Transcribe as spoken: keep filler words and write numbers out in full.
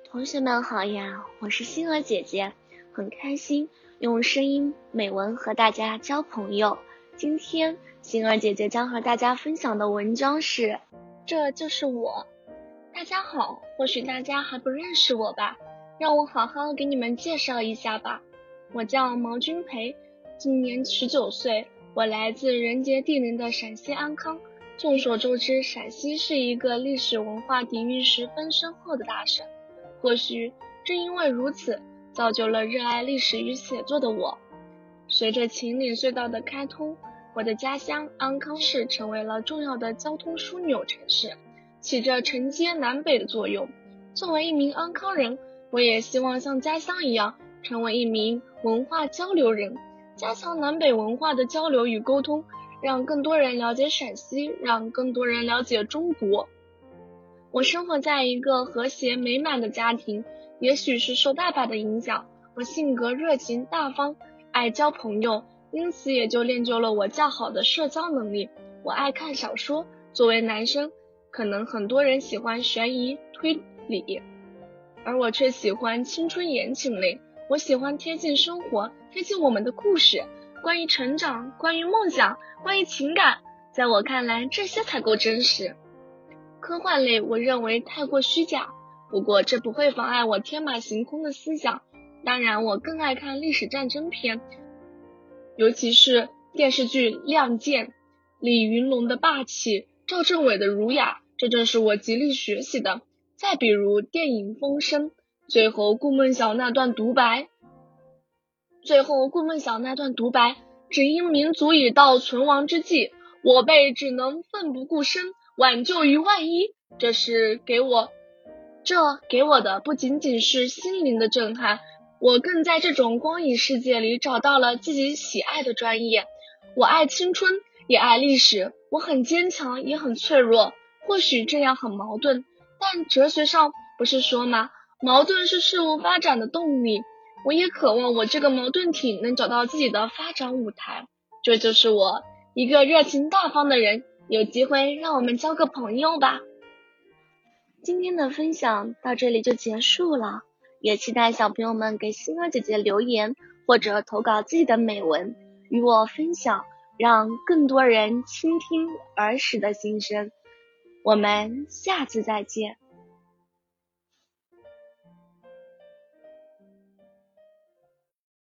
同学们好呀，我是星儿姐姐，很开心用声音美文和大家交朋友。今天星儿姐姐将和大家分享的文章是这就是我。大家好，或许大家还不认识我吧，让我好好给你们介绍一下吧。我叫毛君培，今年十九岁，我来自人杰地灵的陕西安康。众所周知，陕西是一个历史文化底蕴十分深厚的大省，或许正因为如此，造就了热爱历史与写作的我。随着秦岭隧道的开通，我的家乡安康市成为了重要的交通枢纽城市，起着承接南北的作用。作为一名安康人，我也希望像家乡一样，成为一名文化交流人，加强南北文化的交流与沟通，让更多人了解陕西，让更多人了解中国。我生活在一个和谐美满的家庭，也许是受爸爸的影响，我性格热情大方，爱交朋友，因此也就练就了我较好的社交能力。我爱看小说，作为男生，可能很多人喜欢悬疑推理，而我却喜欢青春言情类。我喜欢贴近生活，贴近我们的故事，关于成长，关于梦想，关于情感，在我看来，这些才够真实。科幻类我认为太过虚假，不过这不会妨碍我天马行空的思想。当然我更爱看历史战争片，尤其是电视剧《亮剑》，李云龙的霸气，赵政委的儒雅，这正是我极力学习的。再比如电影《风声》，最后顾梦晓那段独白最后顾梦晓那段独白只因民族已到存亡之际，我辈只能奋不顾身，挽救于万一。这是给我这给我的不仅仅是心灵的震撼，我更在这种光影世界里找到了自己喜爱的专业。我爱青春，也爱历史，我很坚强，也很脆弱。或许这样很矛盾，但哲学上不是说吗？矛盾是事物发展的动力。我也渴望我这个矛盾体能找到自己的发展舞台。这就是我，一个热情大方的人。有机会让我们交个朋友吧。今天的分享到这里就结束了，也期待小朋友们给星儿姐姐留言，或者投稿自己的美文与我分享，让更多人倾听儿时的心声。我们下次再见。